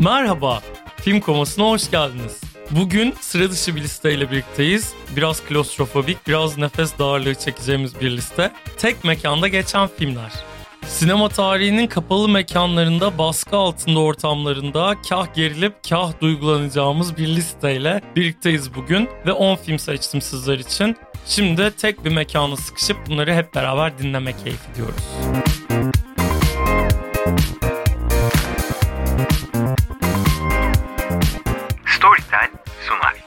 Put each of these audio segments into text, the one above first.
Merhaba, Film Koması'na hoş geldiniz. Bugün sıra dışı bir listeyle birlikteyiz. Biraz klostrofobik, biraz nefes darlığı çekeceğimiz bir liste. Tek mekanda geçen filmler. Sinema tarihinin kapalı mekanlarında, baskı altında ortamlarında kah gerilip kah duygulanacağımız bir listeyle birlikteyiz bugün. Ve 10 film seçtim sizler için. Şimdi tek bir mekana sıkışıp bunları hep beraber dinleme keyfi diyoruz. Storytel sunar.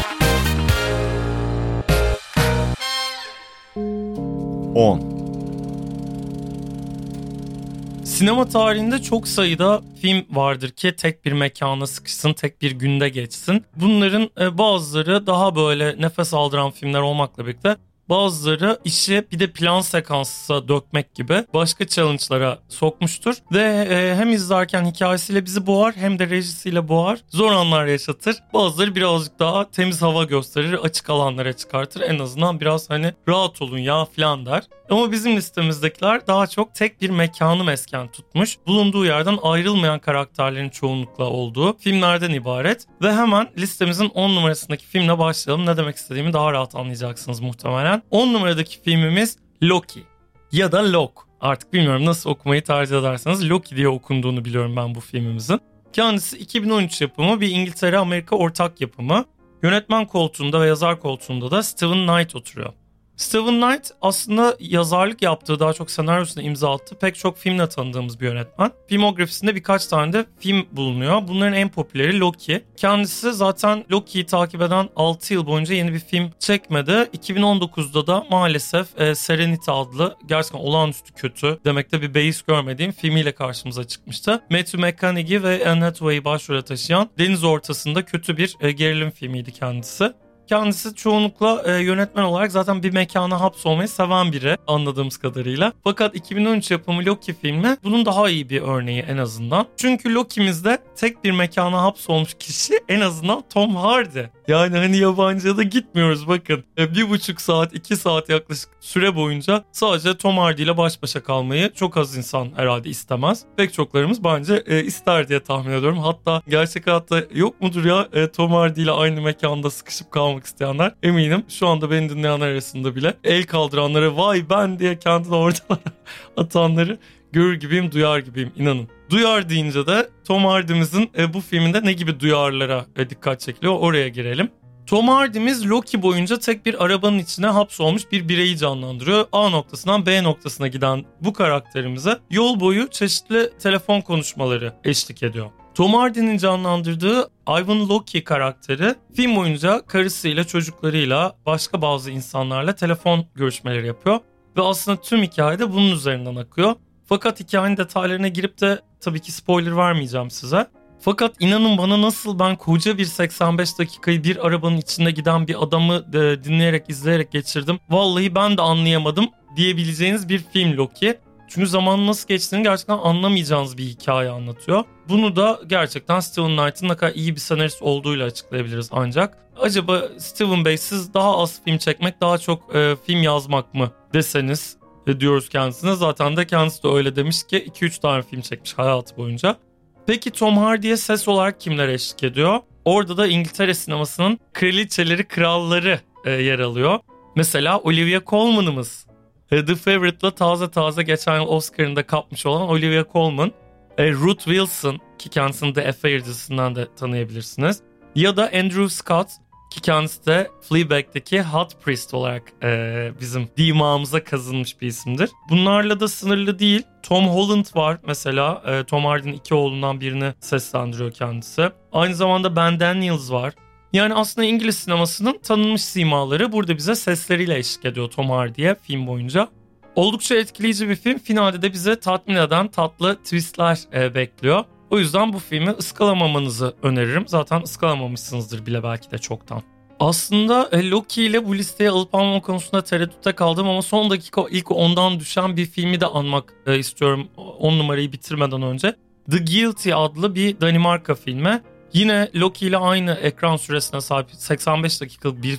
Sinema tarihinde çok sayıda film vardır ki tek bir mekana sıkışsın, tek bir günde geçsin. Bunların bazıları daha böyle nefes aldıran filmler olmakla birlikte bazıları işi bir de plan sekansa dökmek gibi başka challenge'lara sokmuştur. Ve hem izlerken hikayesiyle bizi boğar hem de rejisiyle boğar. Zor anlar yaşatır. Bazıları birazcık daha temiz hava gösterir, açık alanlara çıkartır. En azından biraz hani rahat olun ya falan der. Ama bizim listemizdekiler daha çok tek bir mekanı mesken tutmuş. Bulunduğu yerden ayrılmayan karakterlerin çoğunlukla olduğu filmlerden ibaret. Ve hemen listemizin 10 numarasındaki filmle başlayalım. Ne demek istediğimi daha rahat anlayacaksınız muhtemelen. 10 numaradaki filmimiz Loki ya da Locke. Artık bilmiyorum nasıl okumayı tercih ederseniz Loki diye okunduğunu biliyorum ben bu filmimizin. Kendisi 2013 yapımı bir İngiltere-Amerika ortak yapımı. Yönetmen koltuğunda ve yazar koltuğunda da Steven Knight oturuyor. Steven Knight aslında yazarlık yaptığı, daha çok senaryosuna imza attığı pek çok filmle tanıdığımız bir yönetmen. Filmografisinde birkaç tane de film bulunuyor. Bunların en popüleri Loki. Kendisi zaten Loki'yi takip eden 6 yıl boyunca yeni bir film çekmedi. 2019'da da maalesef Serenity adlı gerçekten olağanüstü kötü demekte bir beis görmediğim filmiyle karşımıza çıkmıştı. Matthew McConaughey ve Anne Hathaway'i başrole taşıyan deniz ortasında kötü bir gerilim filmiydi kendisi. Kendisi çoğunlukla yönetmen olarak zaten bir mekana hapsolmayı seven biri anladığımız kadarıyla. Fakat 2013 yapımı Loki filmi bunun daha iyi bir örneği en azından. Çünkü Loki'mizde tek bir mekana hapsolmuş kişi en azından Tom Hardy. Yani hani yabancıya da gitmiyoruz bakın. 1,5 saat 2 saat yaklaşık süre boyunca sadece Tom Hardy ile baş başa kalmayı çok az insan herhalde istemez. Pek çoklarımız bence ister diye tahmin ediyorum. Hatta gerçek hayatta yok mudur ya Tom Hardy ile aynı mekanda sıkışıp kalmak isteyenler? Eminim şu anda beni dinleyenler arasında bile el kaldıranlara vay ben diye kendini oradan atanları görür gibiyim, duyar gibiyim, inanın. Duyar deyince de Tom Hardy'mizin bu filminde ne gibi duyarlara dikkat çekiliyor, oraya girelim. Tom Hardy'miz Loki boyunca tek bir arabanın içine hapsolmuş bir bireyi canlandırıyor. A noktasından B noktasına giden bu karakterimize yol boyu çeşitli telefon konuşmaları eşlik ediyor. Tom Hardy'nin canlandırdığı Ivan Loki karakteri film boyunca karısıyla, çocuklarıyla, başka bazı insanlarla telefon görüşmeleri yapıyor. Ve aslında tüm hikayede bunun üzerinden akıyor. Fakat hikayenin detaylarına girip de tabii ki spoiler vermeyeceğim size. Fakat inanın bana nasıl ben koca bir 85 dakikayı bir arabanın içinde giden bir adamı dinleyerek, izleyerek geçirdim. Vallahi ben de anlayamadım diyebileceğiniz bir film Loki. Çünkü zamanın nasıl geçtiğini gerçekten anlamayacağınız bir hikaye anlatıyor. Bunu da gerçekten Steven Knight'ın ne kadar iyi bir senarist olduğuyla açıklayabiliriz ancak. Acaba Steven Bey siz daha az film çekmek, daha çok film yazmak mı deseniz diyoruz kendisine. Zaten de kendisi de öyle demiş ki 2-3 tane film çekmiş hayatı boyunca. Peki Tom Hardy'ye ses olarak kimler eşlik ediyor? Orada da İngiltere sinemasının kraliçeleri, kralları yer alıyor. Mesela Olivia Colman'ımız. The Favourite'la taze geçen yıl Oscar'ını da kapmış olan Olivia Colman. Ruth Wilson ki kendisini The Affair dizisinden de tanıyabilirsiniz. Ya da Andrew Scott ki kendisi de Fleabag'deki Hot Priest olarak bizim dimağımıza kazınmış bir isimdir. Bunlarla da sınırlı değil. Tom Holland var mesela. Tom Hardy'nin 2 oğlundan birini seslendiriyor kendisi. Aynı zamanda Ben Daniels var. Yani aslında İngiliz sinemasının tanınmış simaları burada bize sesleriyle eşlik ediyor Tom Hardy'ye film boyunca. Oldukça etkileyici bir film. Finalde de bize tatmin eden tatlı twistler bekliyor. O yüzden bu filmi ıskalamamanızı öneririm. Zaten ıskalamamışsınızdır bile belki de çoktan. Aslında Loki ile bu listeye alıp almama konusunda tereddütte kaldım ama son dakika ilk 10'dan düşen bir filmi de anmak istiyorum 10 numarayı bitirmeden önce. The Guilty adlı bir Danimarka filmi. Yine Loki ile aynı ekran süresine sahip 85 dakikalık bir film.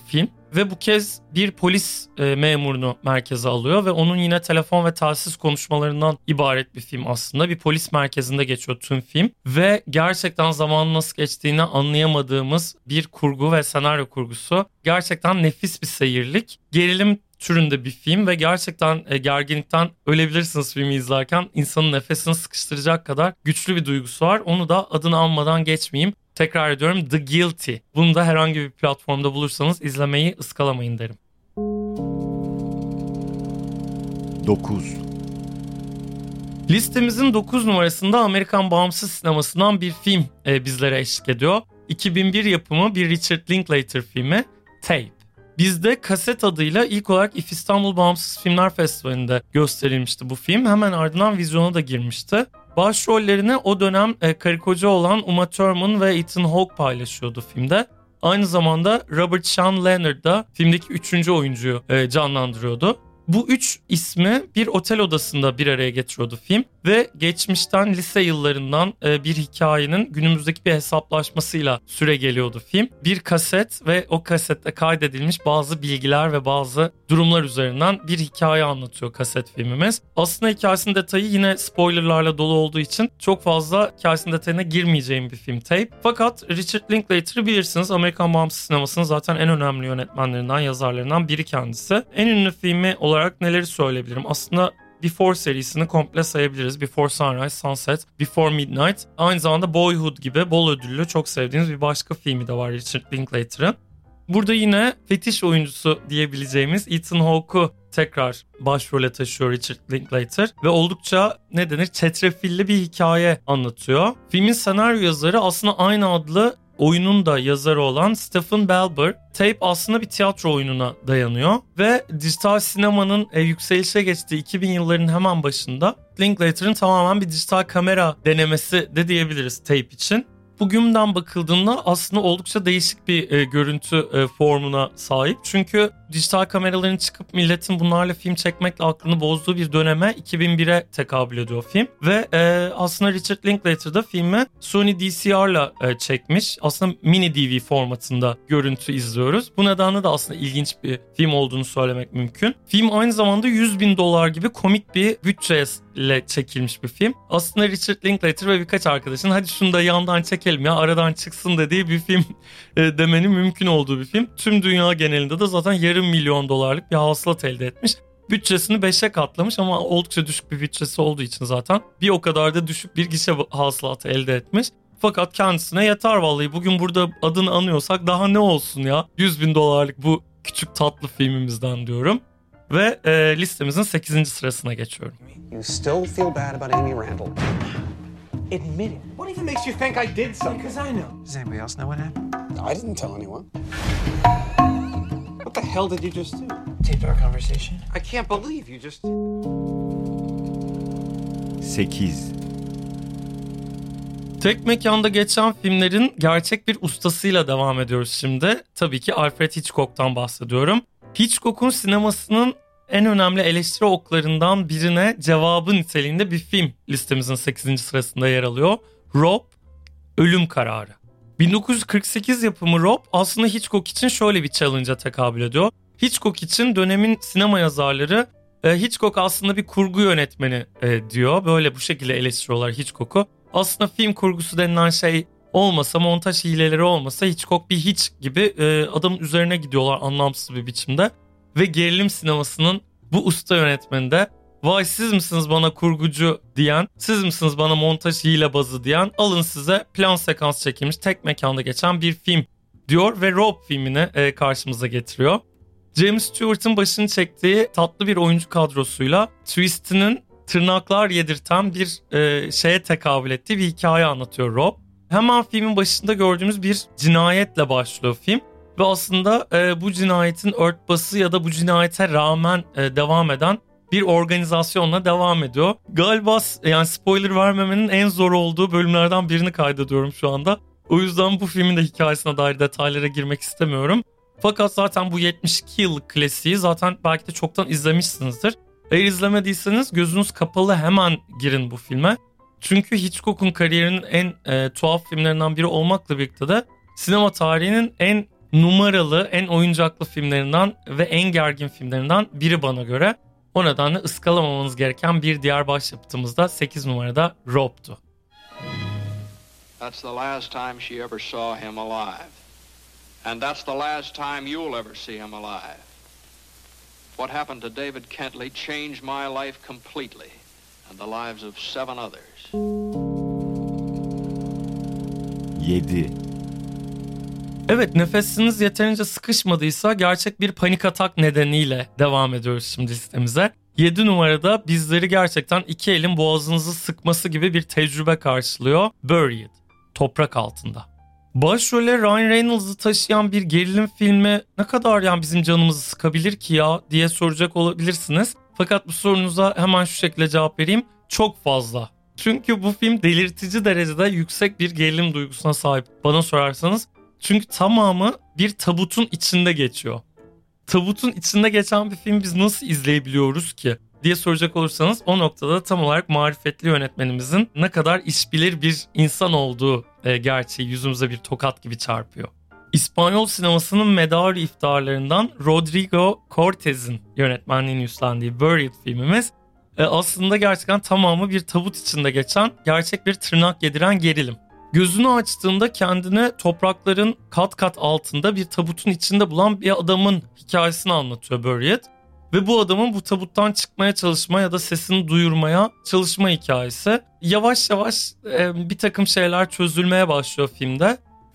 ve bu kez bir polis memurunu merkeze alıyor ve onun yine telefon ve telsiz konuşmalarından ibaret bir film aslında. Bir polis merkezinde geçiyor tüm film ve gerçekten zamanın nasıl geçtiğini anlayamadığımız bir kurgu ve senaryo kurgusu. Gerçekten nefis bir seyirlik. Gerilim türünde bir film ve gerçekten gerginlikten ölebilirsiniz filmi izlerken. İnsanın nefesini sıkıştıracak kadar güçlü bir duygusu var. Onu da adını anmadan geçmeyeyim. Tekrar ediyorum, The Guilty. Bunu da herhangi bir platformda bulursanız izlemeyi ıskalamayın derim. 9. Listemizin 9 numarasında Amerikan bağımsız sinemasından bir film bizlere eşlik ediyor. 2001 yapımı bir Richard Linklater filmi Tape. Bizde kaset adıyla ilk olarak İF İstanbul Bağımsız Filmler Festivali'nde gösterilmişti bu film. Hemen ardından vizyona da girmişti. Başrollerini o dönem karı koca olan Uma Thurman ve Ethan Hawke paylaşıyordu filmde. Aynı zamanda Robert Sean Leonard da filmdeki 3. oyuncuyu canlandırıyordu. Bu 3 ismi bir otel odasında bir araya getiriyordu film ve geçmişten, lise yıllarından bir hikayenin günümüzdeki bir hesaplaşmasıyla süre geliyordu film. Bir kaset ve o kasette kaydedilmiş bazı bilgiler ve bazı durumlar üzerinden bir hikaye anlatıyor kaset filmimiz. Aslında hikayesinin detayı yine spoilerlarla dolu olduğu için çok fazla hikayesinin detayına girmeyeceğim bir film Tape. Fakat Richard Linklater'ı bilirsiniz, Amerikan bağımsız sinemasının zaten en önemli yönetmenlerinden, yazarlarından biri kendisi. En ünlü filmi olarak neleri söyleyebilirim? Aslında Before serisini komple sayabiliriz. Before Sunrise, Sunset, Before Midnight. Aynı zamanda Boyhood gibi bol ödüllü çok sevdiğimiz bir başka filmi de var Richard Linklater'ın. Burada yine fetiş oyuncusu diyebileceğimiz Ethan Hawke'u tekrar başrole taşıyor Richard Linklater ve oldukça çetrefilli bir hikaye anlatıyor. Filmin senaryo yazarı aslında aynı adlı oyunun da yazarı olan Stephen Belber. Tape aslında bir tiyatro oyununa dayanıyor ve dijital sinemanın yükselişe geçtiği 2000 yılların hemen başında Linklater'ın tamamen bir dijital kamera denemesi de diyebiliriz Tape için. Bugünden bakıldığında aslında oldukça değişik bir görüntü formuna sahip. Çünkü dijital kameraların çıkıp milletin bunlarla film çekmekle aklını bozduğu bir döneme 2001'e tekabül ediyor film. Ve aslında Richard Linklater da filmi Sony DCR'la çekmiş. Aslında mini DV formatında görüntü izliyoruz. Bu nedenle de aslında ilginç bir film olduğunu söylemek mümkün. Film aynı zamanda $100.000 gibi komik bir bütçeyle çekilmiş bir film. Aslında Richard Linklater ve birkaç arkadaşın hadi şunu da yandan çekelim ya aradan çıksın dediği bir film demenin mümkün olduğu bir film. Tüm dünya genelinde de zaten $500.000 bir hasılat elde etmiş. Bütçesini 5'e katlamış ama oldukça düşük bir bütçesi olduğu için zaten bir o kadar da düşük bir gişe hasılatı elde etmiş. Fakat kendisine yeter vallahi, bugün burada adını anıyorsak daha ne olsun ya, $100.000 bu küçük tatlı filmimizden diyorum. Ve listemizin 8. sırasına geçiyorum. You still feel bad about Amy Randall. Admit it. What even makes you think I did something? Because I know. Does anybody else know what happened? I didn't tell anyone. What the hell did you just do? Taped our conversation. I can't believe you just... 8. Tek mekanda geçen filmlerin gerçek bir ustasıyla devam ediyoruz şimdi. Tabii ki Alfred Hitchcock'tan bahsediyorum. Hitchcock'un sinemasının en önemli eleştiri oklarından birine cevabı niteliğinde bir film listemizin 8. sırasında yer alıyor. Rob, Ölüm Kararı. 1948 yapımı Rob aslında Hitchcock için şöyle bir challenge'a tekabül ediyor. Hitchcock için dönemin sinema yazarları Hitchcock aslında bir kurgu yönetmeni diyor. Böyle bu şekilde eleştiriyorlar Hitchcock'u. Aslında film kurgusu denilen şey olmasa, montaj hileleri olmasa Hitchcock bir hiç gibi adamın üzerine gidiyorlar anlamsız bir biçimde. Ve gerilim sinemasının bu usta yönetmeni de vay siz misiniz bana kurgucu diyen, siz misiniz bana montaj hilebazı diyen, alın size plan sekans çekilmiş tek mekanda geçen bir film diyor ve Rob filmini karşımıza getiriyor. James Stewart'ın başını çektiği tatlı bir oyuncu kadrosuyla twist'inin tırnaklar yedirten bir şeye tekabül ettiği bir hikaye anlatıyor Rob. Hemen filmin başında gördüğümüz bir cinayetle başlıyor film. Ve aslında bu cinayetin örtbası ya da bu cinayete rağmen devam eden bir organizasyonla devam ediyor. Galiba yani spoiler vermemenin en zor olduğu bölümlerden birini kaydediyorum şu anda. O yüzden bu filmin de hikayesine dair detaylara girmek istemiyorum. Fakat zaten bu 72 yıllık klasiği zaten belki de çoktan izlemişsinizdir. Eğer izlemediyseniz gözünüz kapalı hemen girin bu filme. Çünkü Hitchcock'un kariyerinin en tuhaf filmlerinden biri olmakla birlikte de sinema tarihinin en numaralı, en oyuncaklı filmlerinden ve en gergin filmlerinden biri bana göre. O nedenle ıskalamamanız gereken bir diğer başyapıtımız da 8 numarada Rope'tu. That's the last time she ever saw him alive. And that's the last time you'll ever see him alive. What happened to David Kentley changed my life completely and the lives of 7 others. 7, Evet, nefesiniz yeterince sıkışmadıysa gerçek bir panik atak nedeniyle devam ediyoruz şimdi listemize. 7 numarada bizleri gerçekten iki elin boğazınızı sıkması gibi bir tecrübe karşılıyor. Buried, toprak altında. Başrole Ryan Reynolds'ı taşıyan bir gerilim filmi ne kadar yani bizim canımızı sıkabilir ki ya diye soracak olabilirsiniz. Fakat bu sorunuza hemen şu şekilde cevap vereyim. Çok fazla. Çünkü bu film delirtici derecede yüksek bir gerilim duygusuna sahip bana sorarsanız. Çünkü tamamı bir tabutun içinde geçiyor. Tabutun içinde geçen bir film biz nasıl izleyebiliyoruz ki diye soracak olursanız o noktada tam olarak marifetli yönetmenimizin ne kadar işbilir bir insan olduğu gerçeği yüzümüze bir tokat gibi çarpıyor. İspanyol sinemasının medarı iftiharlarından Rodrigo Cortez'in yönetmenliğini üstlendiği Buried filmimiz aslında gerçekten tamamı bir tabut içinde geçen gerçek bir tırnak yediren gerilim. Gözünü açtığında kendini toprakların kat kat altında bir tabutun içinde bulan bir adamın hikayesini anlatıyor Buried. Ve bu adamın bu tabuttan çıkmaya çalışma ya da sesini duyurmaya çalışma hikayesi. Yavaş yavaş bir takım şeyler çözülmeye başlıyor filmde.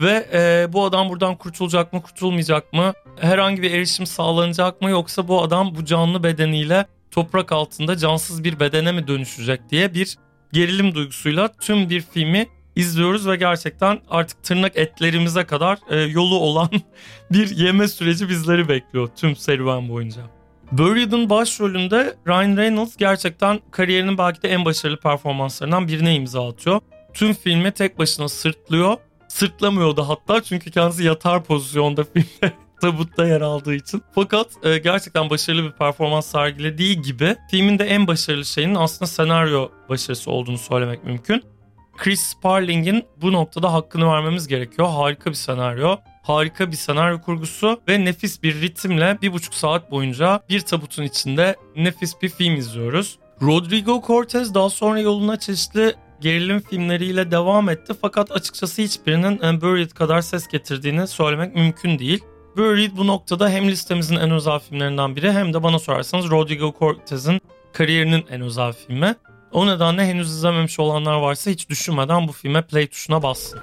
Ve bu adam buradan kurtulacak mı, kurtulmayacak mı? Herhangi bir erişim sağlanacak mı? Yoksa bu adam bu canlı bedeniyle toprak altında cansız bir bedene mi dönüşecek diye bir gerilim duygusuyla tüm bir filmi izliyoruz ve gerçekten artık tırnak etlerimize kadar yolu olan bir yeme süreci bizleri bekliyor tüm serüven boyunca. Buried'in başrolünde Ryan Reynolds gerçekten kariyerinin belki de en başarılı performanslarından birine imza atıyor. Tüm filmi tek başına sırtlıyor. Sırtlamıyor da hatta çünkü kendisi yatar pozisyonda filmde tabutta yer aldığı için. Fakat gerçekten başarılı bir performans sergilediği gibi filmin de en başarılı şeyinin aslında senaryo başarısı olduğunu söylemek mümkün. Chris Sparling'in bu noktada hakkını vermemiz gerekiyor. Harika bir senaryo, harika bir senaryo kurgusu ve nefis bir ritimle 1,5 saat boyunca bir tabutun içinde nefis bir film izliyoruz. Rodrigo Cortez daha sonra yoluna çeşitli gerilim filmleriyle devam etti fakat açıkçası hiçbirinin Buried kadar ses getirdiğini söylemek mümkün değil. Buried bu noktada hem listemizin en özel filmlerinden biri hem de bana sorarsanız Rodrigo Cortez'in kariyerinin en özel filmi. O nedenle henüz izlememiş olanlar varsa hiç düşünmeden bu filme play tuşuna bassın.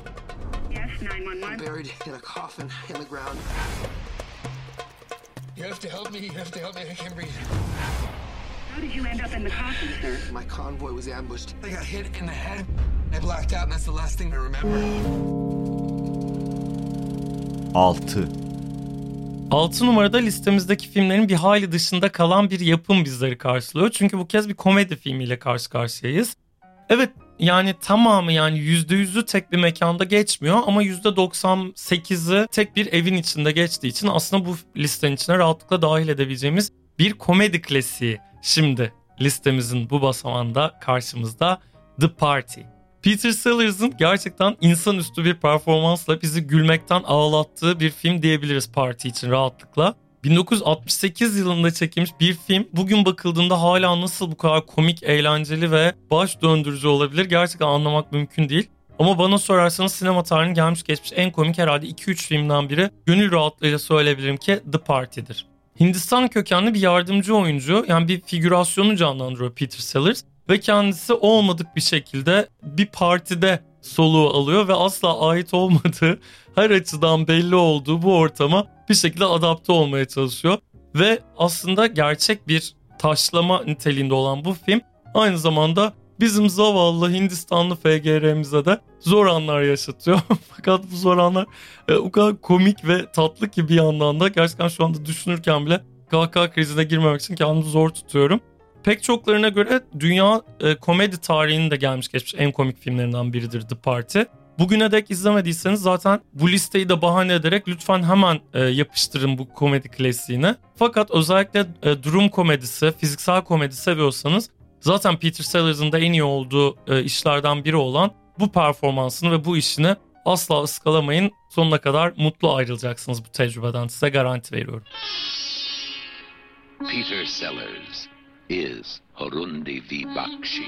Buried in a coffin in the ground. You have to help me. You have to help me. I can't breathe. How did you end up in the coffin, sir? My convoy was ambushed. I got hit in the head. I blacked out and that's the last thing I remember. 6, 6 numarada listemizdeki filmlerin bir hayli dışında kalan bir yapım bizleri karşılıyor. Çünkü bu kez bir komedi filmiyle karşı karşıyayız. Evet yani tamamı yani %100'ü tek bir mekanda geçmiyor ama %98'i tek bir evin içinde geçtiği için aslında bu listenin içine rahatlıkla dahil edebileceğimiz bir komedi klasiği. Şimdi listemizin bu basamağında karşımızda The Party. Peter Sellers'ın gerçekten insanüstü bir performansla bizi gülmekten ağlattığı bir film diyebiliriz Party için rahatlıkla. 1968 yılında çekilmiş bir film bugün bakıldığında hala nasıl bu kadar komik, eğlenceli ve baş döndürücü olabilir gerçekten anlamak mümkün değil. Ama bana sorarsanız sinema tarihinin gelmiş geçmiş en komik herhalde 2-3 filmden biri gönül rahatlığıyla söyleyebilirim ki The Party'dir. Hindistan kökenli bir yardımcı oyuncu yani bir figürasyonu canlandırıyor Peter Sellers. Ve kendisi olmadık bir şekilde bir partide soluğu alıyor ve asla ait olmadığı, her açıdan belli olduğu bu ortama bir şekilde adapte olmaya çalışıyor. Ve aslında gerçek bir taşlama niteliğinde olan bu film aynı zamanda bizim zavallı Hindistanlı FGR'mize de zor anlar yaşatıyor. Fakat bu zor anlar o kadar komik ve tatlı ki bir yandan da gerçekten şu anda düşünürken bile kahkaha krizine girmemek için kendimi zor tutuyorum. Pek çoklarına göre dünya komedi tarihinin de gelmiş geçmiş en komik filmlerinden biridir The Party. Bugüne dek izlemediyseniz zaten bu listeyi de bahane ederek lütfen hemen yapıştırın bu komedi klasiğine. Fakat özellikle durum komedisi, fiziksel komedi seviyorsanız zaten Peter Sellers'ın da en iyi olduğu işlerden biri olan bu performansını ve bu işini asla ıskalamayın. Sonuna kadar mutlu ayrılacaksınız bu tecrübeden. Size garanti veriyorum. Peter Sellers is Horundi V. Bakshi.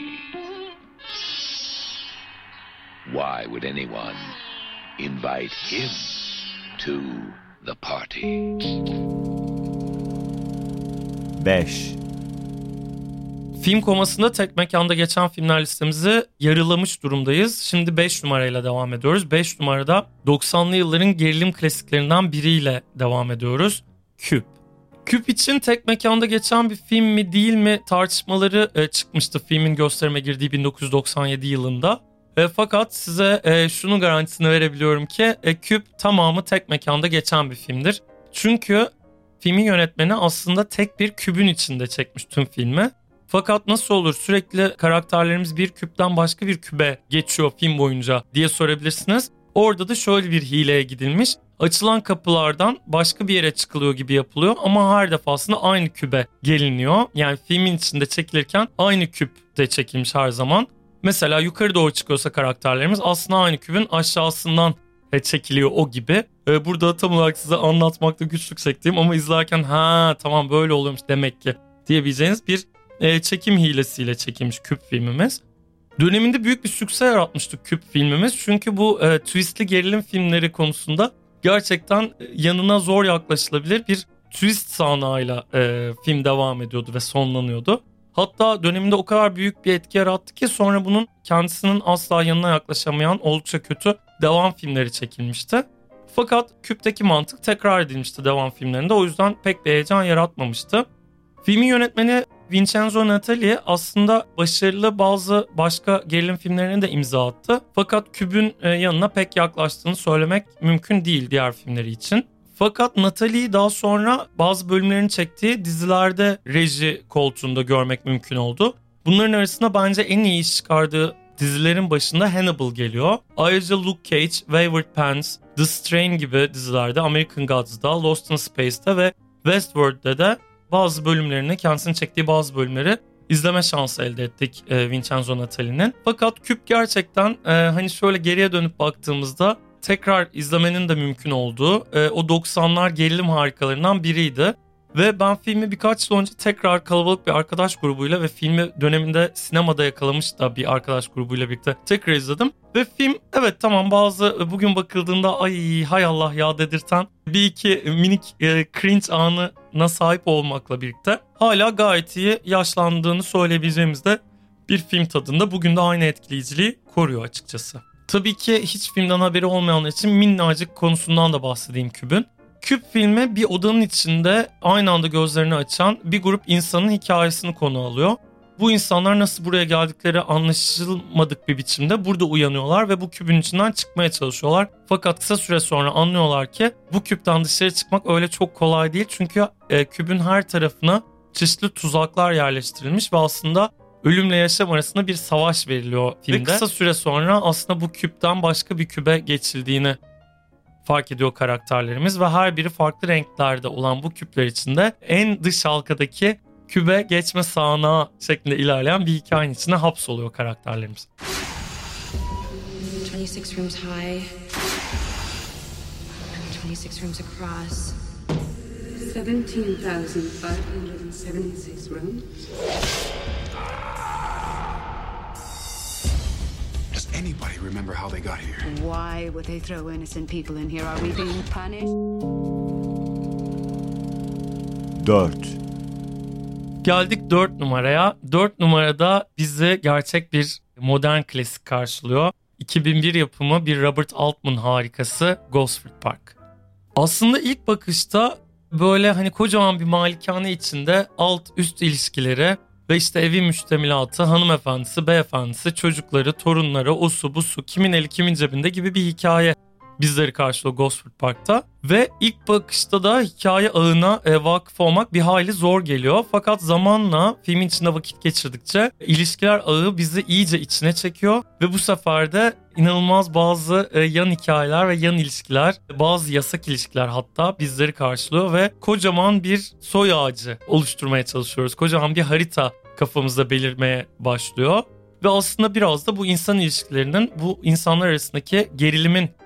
Why would anyone invite him to the party? 5 Film komasında tek mekanda geçen filmler listemizi yarılamış durumdayız. Şimdi 5 numarayla devam ediyoruz. 5 numarada 90'lı yılların gerilim klasiklerinden biriyle devam ediyoruz. Küp. Küp için tek mekanda geçen bir film mi değil mi tartışmaları çıkmıştı filmin gösterime girdiği 1997 yılında. Fakat size şunun garantisini verebiliyorum ki Küp tamamı tek mekanda geçen bir filmdir. Çünkü filmin yönetmeni aslında tek bir kübün içinde çekmiş tüm filmi. Fakat nasıl olur sürekli karakterlerimiz bir küpten başka bir kübe geçiyor film boyunca diye sorabilirsiniz. Orada da şöyle bir hileye gidilmiş. Açılan kapılardan başka bir yere çıkılıyor gibi yapılıyor ama her defasında aynı kübe geliniyor. Yani filmin içinde çekilirken aynı küpte çekilmiş her zaman. Mesela yukarı doğru çıkıyorsa karakterlerimiz aslında aynı kübün aşağısından çekiliyor o gibi. Burada tam olarak size anlatmakta güçlük çektiğim ama izlerken ha tamam böyle oluyormuş demek ki diyebileceğiniz bir çekim hilesiyle çekilmiş Küp filmimiz. Döneminde büyük bir sükse yaratmıştı Küp filmimiz. Çünkü bu twistli gerilim filmleri konusunda gerçekten yanına zor yaklaşılabilir bir twist sahnağıyla film devam ediyordu ve sonlanıyordu. Hatta döneminde o kadar büyük bir etki yarattı ki sonra bunun kendisinin asla yanına yaklaşamayan oldukça kötü devam filmleri çekilmişti. Fakat Küp'teki mantık tekrar edilmişti devam filmlerinde. O yüzden pek bir heyecan yaratmamıştı. Filmin yönetmeni Vincenzo Natali aslında başarılı bazı başka gerilim filmlerine de imza attı. Fakat Küp'ün yanına pek yaklaştığını söylemek mümkün değil diğer filmleri için. Fakat Natali'yi daha sonra bazı bölümlerini çektiği dizilerde reji koltuğunda görmek mümkün oldu. Bunların arasında bence en iyi iş çıkardığı dizilerin başında Hannibal geliyor. Ayrıca Luke Cage, Wayward Pants, The Strain gibi dizilerde, American Gods'da, Lost in Space'te ve Westworld'de de bazı bölümlerini, kendisinin çektiği bazı bölümleri izleme şansı elde ettik Vincenzo Natali'nin. Fakat Küp gerçekten hani şöyle geriye dönüp baktığımızda tekrar izlemenin de mümkün olduğu o 90'lar gerilim harikalarından biriydi. Ve ben filmi birkaç yıl önce tekrar kalabalık bir arkadaş grubuyla ve filmi döneminde sinemada yakalamış da bir arkadaş grubuyla birlikte tekrar izledim. Ve film evet tamam bazı bugün bakıldığında ay hay Allah ya dedirten bir iki minik cringe anına sahip olmakla birlikte hala gayet iyi yaşlandığını söyleyebileceğimiz de bir film tadında bugün de aynı etkileyiciliği koruyor açıkçası. Tabii ki hiç filmden haberi olmayanlar için minnacık konusundan da bahsedeyim Küp'ün. Küp filmi bir odanın içinde aynı anda gözlerini açan bir grup insanın hikayesini konu alıyor. Bu insanlar nasıl buraya geldikleri anlaşılmadık bir biçimde burada uyanıyorlar ve bu küpün içinden çıkmaya çalışıyorlar. Fakat kısa süre sonra anlıyorlar ki bu küpten dışarı çıkmak öyle çok kolay değil. Çünkü küpün her tarafına çeşitli tuzaklar yerleştirilmiş ve aslında ölümle yaşam arasında bir savaş veriliyor filmde. Ve kısa süre sonra aslında bu küpten başka bir kübe geçildiğini fark ediyor karakterlerimiz ve her biri farklı renklerde olan bu küpler içinde en dış halkadaki kübe geçme sahnağı şeklinde ilerleyen bir hikayenin içine hapsoluyor karakterlerimiz. 26 rooms high, 26 rooms across. 17,576 rooms. Does anybody remember how they got here? Why would they throw innocent people in here? Are we being punished? 4 Geldik 4 numaraya. 4 numarada bizi gerçek bir modern klasik karşılıyor. 2001 yapımı bir Robert Altman harikası Gosford Park. Aslında ilk bakışta böyle hani kocaman bir malikane içinde alt üst ilişkileri ve işte evin müştemilatı, hanımefendisi, beyefendisi, çocukları, torunları, o su bu su, kimin eli kimin cebinde gibi bir hikaye bizleri karşılıyor Gosford Park'ta. Ve ilk bakışta da hikaye ağına vakıf olmak bir hayli zor geliyor. Fakat zamanla filmin içinde vakit geçirdikçe ilişkiler ağı bizi iyice içine çekiyor. Ve bu sefer de inanılmaz bazı yan hikayeler ve yan ilişkiler, bazı yasak ilişkiler hatta bizleri karşılıyor. Ve kocaman bir soy ağacı oluşturmaya çalışıyoruz. Kocaman bir harita kafamızda belirmeye başlıyor. Ve aslında biraz da bu insan ilişkilerinin, bu insanlar arasındaki gerilimin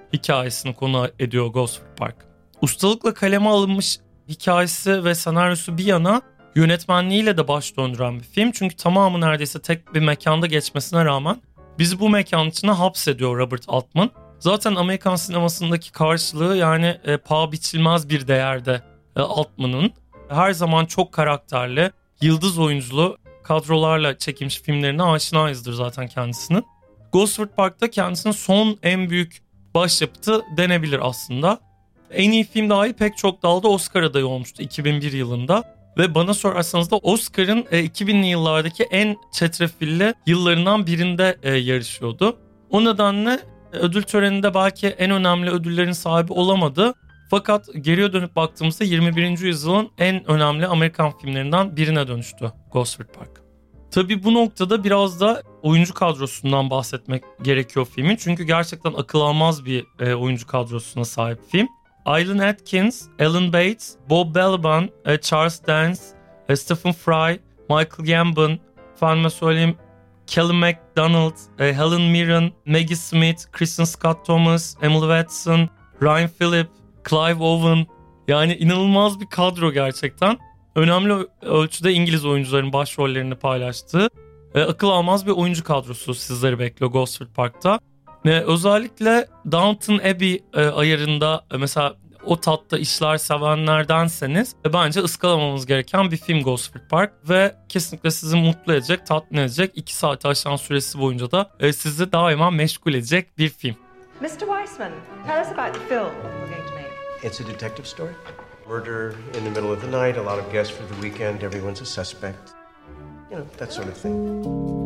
hikayesini konu ediyor Gosford Park. Ustalıkla kaleme alınmış hikayesi ve senaryosu bir yana, yönetmenliğiyle de baş döndüren bir film. Çünkü tamamı neredeyse tek bir mekanda geçmesine rağmen bizi bu mekanın içine hapsediyor Robert Altman. Zaten Amerikan sinemasındaki karşılığı yani paha biçilmez bir değerde Altman'ın. Her zaman çok karakterli, yıldız oyunculu kadrolarla çekilmiş filmlerine aşinayızdır zaten kendisinin. Gosford Park'ta kendisinin son en büyük başyapıtı denebilir aslında. En iyi film dahi pek çok dalda Oscar adayı olmuştu 2001 yılında. Ve bana sorarsanız da Oscar'ın 2000'li yıllardaki en çetrefilli yıllarından birinde yarışıyordu. O nedenle ödül töreninde belki en önemli ödüllerin sahibi olamadı. Fakat geriye dönüp baktığımızda 21. yüzyılın en önemli Amerikan filmlerinden birine dönüştü Gosford Park. Tabii bu noktada biraz da oyuncu kadrosundan bahsetmek gerekiyor filmin. Çünkü gerçekten akıl almaz bir oyuncu kadrosuna sahip film. Aylin Atkins, Ellen Bates, Bob Balaban, Charles Dance, Stephen Fry, Michael Gambon, efendime söyleyeyim Kelly MacDonald, Helen Mirren, Maggie Smith, Kristen Scott Thomas, Emily Watson, Ryan Phillip, Clive Owen. Yani inanılmaz bir kadro gerçekten. Önemli ölçüde İngiliz oyuncuların başrollerini paylaştığı akıl almaz bir oyuncu kadrosu sizleri bekliyor Gosford Park'ta. Özellikle Downton Abbey ayarında mesela o tatta işler sevenlerdenseniz bence ıskalamamanız gereken bir film Gosford Park ve kesinlikle sizi mutlu edecek, tatmin edecek, 2 saati aşan süresi boyunca da sizi daima meşgul edecek bir film. Mr. Weissman, tell us about the film we're going to make. It's a detective story. Murder in the middle of the night, a lot of guests for the weekend, everyone's a suspect. You know, that sort of thing.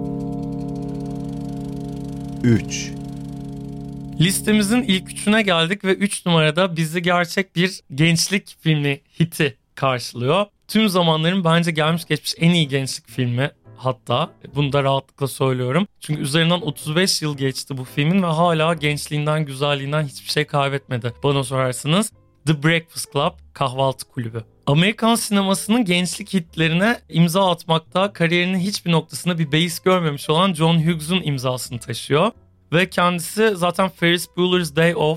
3. Listemizin ilk 3'üne geldik ve 3 numarada bizi gerçek bir gençlik filmi hiti karşılıyor. Tüm zamanların bence gelmiş geçmiş en iyi gençlik filmi hatta. Bunu da rahatlıkla söylüyorum. Çünkü üzerinden 35 yıl geçti bu filmin ve hala gençliğinden, güzelliğinden hiçbir şey kaybetmedi bana sorarsanız. The Breakfast Club, Kahvaltı Kulübü. Amerikan sinemasının gençlik hitlerine imza atmakta kariyerinin hiçbir noktasında bir beis görmemiş olan John Hughes'un imzasını taşıyor. Ve kendisi zaten Ferris Bueller's Day Off,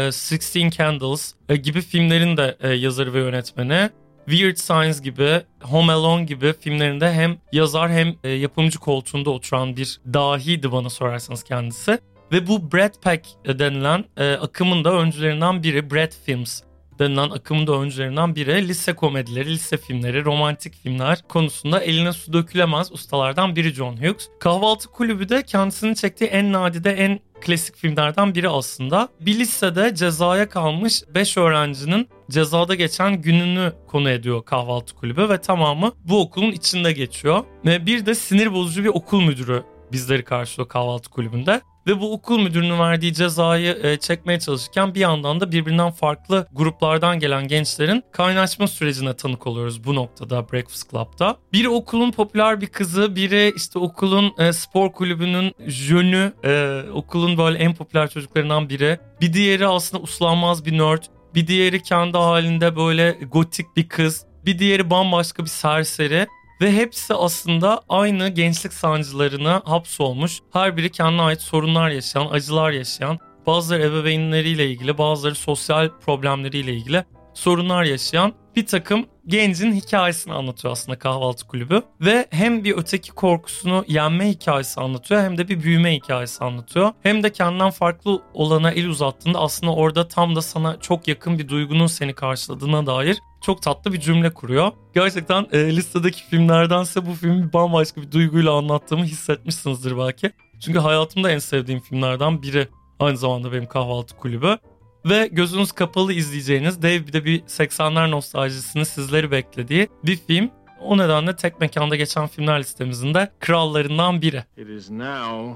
16 Candles gibi filmlerin de yazarı ve yönetmeni. Weird Science gibi, Home Alone gibi filmlerinde hem yazar hem yapımcı koltuğunda oturan bir dahiydi bana sorarsanız kendisi. Ve bu Brat Pack denilen akımın da öncülerinden biri, Brat Films denilen akımın da öncülerinden biri, lise komedileri, lise filmleri, romantik filmler konusunda eline su dökülemez ustalardan biri John Hughes. Kahvaltı Kulübü de kendisinin çektiği en nadide, en klasik filmlerden biri aslında. Bir lisede cezaya kalmış 5 öğrencinin cezada geçen gününü konu ediyor Kahvaltı Kulübü ve tamamı bu okulun içinde geçiyor. Ve bir de sinir bozucu bir okul müdürü bizleri karşılıyor Kahvaltı Kulübü'nde. Ve bu okul müdürünün verdiği cezayı çekmeye çalışırken bir yandan da birbirinden farklı gruplardan gelen gençlerin kaynaşma sürecine tanık oluyoruz bu noktada Breakfast Club'da. Biri okulun popüler bir kızı, biri işte okulun spor kulübünün jönü, okulun böyle en popüler çocuklarından biri. Bir diğeri aslında uslanmaz bir nerd, bir diğeri kendi halinde böyle gotik bir kız, bir diğeri bambaşka bir serseri. Ve hepsi aslında aynı gençlik sancılarına hapsolmuş. Her biri kendine ait sorunlar yaşayan, acılar yaşayan, bazıları ebeveynleriyle ilgili, bazıları sosyal problemleriyle ilgili sorunlar yaşayan bir takım gencin hikayesini anlatıyor aslında Kahvaltı Kulübü. Ve hem bir öteki korkusunu yenme hikayesi anlatıyor hem de bir büyüme hikayesi anlatıyor. Hem de kendinden farklı olana el uzattığında aslında orada tam da sana çok yakın bir duygunun seni karşıladığına dair çok tatlı bir cümle kuruyor. Gerçekten listedeki filmlerdense bu filmi bambaşka bir duyguyla anlattığımı hissetmişsinizdir belki. Çünkü hayatımda en sevdiğim filmlerden biri aynı zamanda benim Kahvaltı Kulübü. Ve gözünüz kapalı izleyeceğiniz dev bir de bir 80'ler nostaljisini sizleri beklediği bir film. O nedenle tek mekanda geçen filmler listemizin de krallarından biri. It is now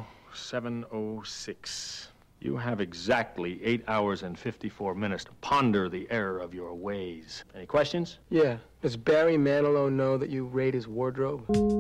7:06. You have exactly 8 hours and 54 minutes to ponder the error of your ways. Any questions? Yeah. Does Barry Manilow know that you raid his wardrobe?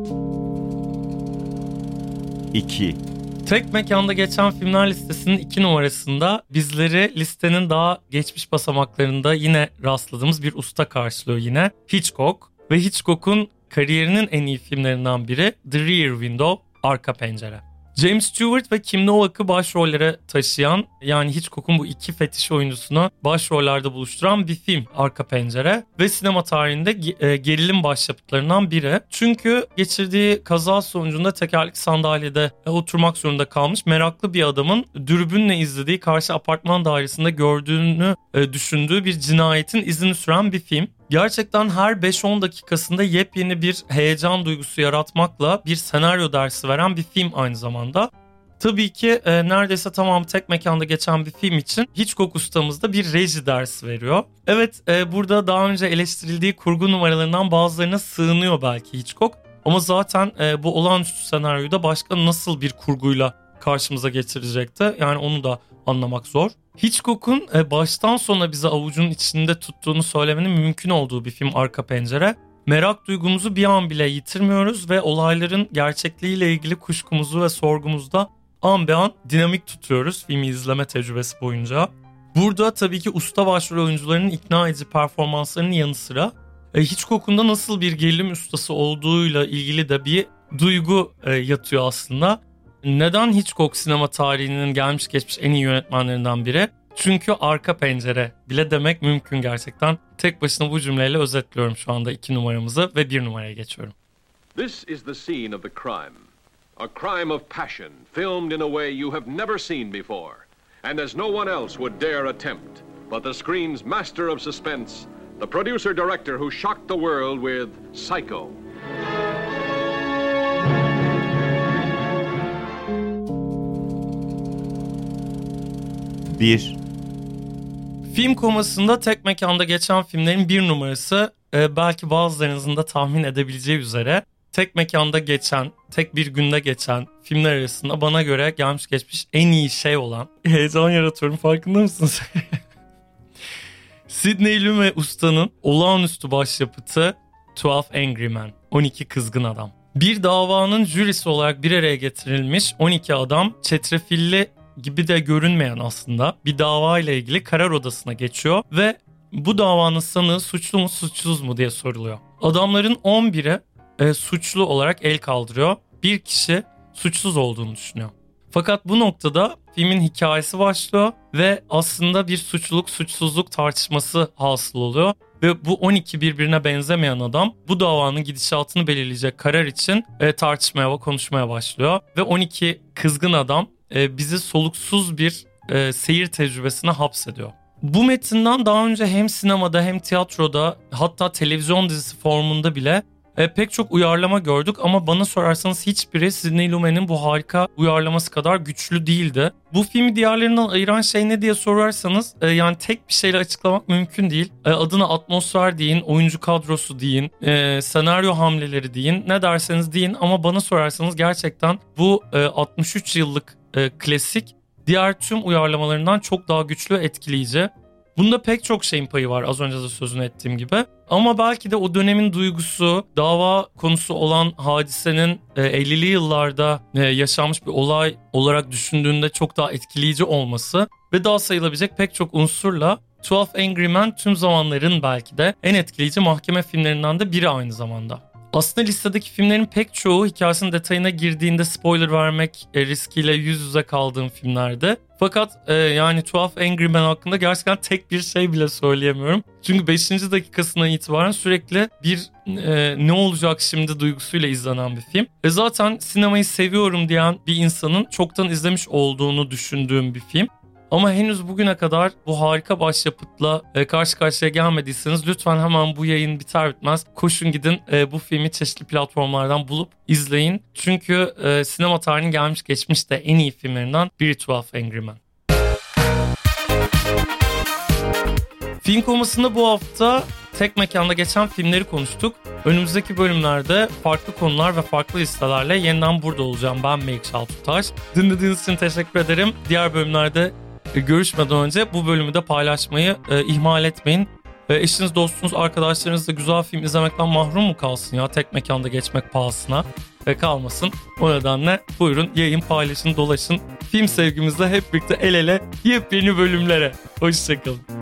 2. Tek mekanda geçen filmler listesinin 2 numarasında bizleri listenin daha geçmiş basamaklarında yine rastladığımız bir usta karşılıyor yine. Hitchcock ve Hitchcock'un kariyerinin en iyi filmlerinden biri The Rear Window, Arka Pencere. James Stewart ve Kim Novak'ı başrollere taşıyan, yani Hitchcock'un bu iki fetiş oyuncusunu başrollerde buluşturan bir film Arka Pencere ve sinema tarihinde gerilim başyapıtlarından biri. Çünkü geçirdiği kaza sonucunda tekerlekli sandalyede oturmak zorunda kalmış meraklı bir adamın dürbünle izlediği karşı apartman dairesinde gördüğünü düşündüğü bir cinayetin izini süren bir film. Gerçekten her 5-10 dakikasında yepyeni bir heyecan duygusu yaratmakla bir senaryo dersi veren bir film aynı zamanda. Tabii ki neredeyse tamamı tek mekanda geçen bir film için Hitchcock ustamız da bir reji dersi veriyor. Evet, burada daha önce eleştirildiği kurgu numaralarından bazılarına sığınıyor belki Hitchcock. Ama zaten bu olağanüstü senaryoyu da başka nasıl bir kurguyla karşımıza getirecekti, yani onu da anlamak zor. Hitchcock'un baştan sona bizi avucunun içinde tuttuğunu söylemenin mümkün olduğu bir film Arka Pencere. Merak duygumuzu bir an bile yitirmiyoruz ve olayların gerçekliğiyle ilgili kuşkumuzu ve sorgumuzda an be an dinamik tutuyoruz filmi izleme tecrübesi boyunca. Burada tabii ki usta başrol oyuncularının ikna edici performanslarının yanı sıra Hitchcock'un da nasıl bir gerilim ustası olduğuyla ilgili de bir duygu yatıyor aslında. Neden Hitchcock sinema tarihinin gelmiş geçmiş en iyi yönetmenlerinden biri? Çünkü Arka Pencere bile demek mümkün gerçekten. Tek başına bu cümleyle özetliyorum şu anda 2 numaramızı ve 1 numaraya geçiyorum. This is the scene of the crime. A crime of passion, filmed in a way you have never seen before. And as no one else would dare attempt. But the screen's master of suspense, the producer-director who shocked the world with Psycho. Film komasında tek mekanda geçen filmlerin 1 numarası belki bazılarınızın da tahmin edebileceği üzere tek mekanda geçen, tek bir günde geçen filmler arasında bana göre gelmiş geçmiş en iyi şey olan, heyecan yaratıyorum farkında mısınız? Sidney Lumet Usta'nın olağanüstü başyapıtı 12 Angry Men, 12 Kızgın Adam. Bir davanın jürisi olarak bir araya getirilmiş 12 adam çetrefilli gibi de görünmeyen aslında bir dava ile ilgili karar odasına geçiyor ve bu davanın sanığı suçlu mu suçsuz mu diye soruluyor. Adamların 11'i suçlu olarak el kaldırıyor. Bir kişi suçsuz olduğunu düşünüyor. Fakat bu noktada filmin hikayesi başlıyor ve aslında bir suçluluk suçsuzluk tartışması hasıl oluyor. Ve bu 12 birbirine benzemeyen adam bu davanın gidişatını belirleyecek karar için tartışmaya ve konuşmaya başlıyor. Ve 12 kızgın adam bizi soluksuz bir seyir tecrübesine hapsediyor. Bu metinden daha önce hem sinemada hem tiyatroda hatta televizyon dizisi formunda bile pek çok uyarlama gördük ama bana sorarsanız hiçbiri Sidney Lumet'in bu harika uyarlaması kadar güçlü değildi. Bu filmi diğerlerinden ayıran şey ne diye sorarsanız yani tek bir şeyle açıklamak mümkün değil. Adına atmosfer deyin, oyuncu kadrosu deyin, senaryo hamleleri deyin, ne derseniz deyin ama bana sorarsanız gerçekten bu 63 yıllık klasik diğer tüm uyarlamalarından çok daha güçlü ve etkileyici. Bunda pek çok şeyin payı var az önce de sözünü ettiğim gibi. Ama belki de o dönemin duygusu, dava konusu olan hadisenin 50'li yıllarda yaşanmış bir olay olarak düşündüğünde çok daha etkileyici olması ve daha sayılabilecek pek çok unsurla 12 Angry Men tüm zamanların belki de en etkileyici mahkeme filmlerinden de biri aynı zamanda. Aslında listedeki filmlerin pek çoğu hikayesinin detayına girdiğinde spoiler vermek riskiyle yüz yüze kaldığım filmlerdi. Fakat yani 12 Angry Men hakkında gerçekten tek bir şey bile söyleyemiyorum. Çünkü 5. dakikasından itibaren sürekli bir ne olacak şimdi duygusuyla izlenen bir film. Ve zaten sinemayı seviyorum diyen bir insanın çoktan izlemiş olduğunu düşündüğüm bir film. Ama henüz bugüne kadar bu harika başyapıtla karşı karşıya gelmediyseniz lütfen hemen bu yayın biter bitmez koşun gidin bu filmi çeşitli platformlardan bulup izleyin. Çünkü sinema tarihinin gelmiş geçmiş de en iyi filmlerinden biri 12 Angry Men. Film komasında bu hafta tek mekanda geçen filmleri konuştuk. Önümüzdeki bölümlerde farklı konular ve farklı listelerle yeniden burada olacağım. Ben Melik Şaltutaş. Dinlediğiniz için teşekkür ederim. Diğer bölümlerde görüşmeden önce bu bölümü de paylaşmayı ihmal etmeyin. Eşiniz, dostunuz, arkadaşlarınız da güzel film izlemekten mahrum mu kalsın ya? Tek mekanda geçmek pahasına kalmasın. O nedenle buyurun yayın, paylaşın, dolaşın. Film sevgimizle hep birlikte el ele yepyeni bölümlere. Hoşçakalın.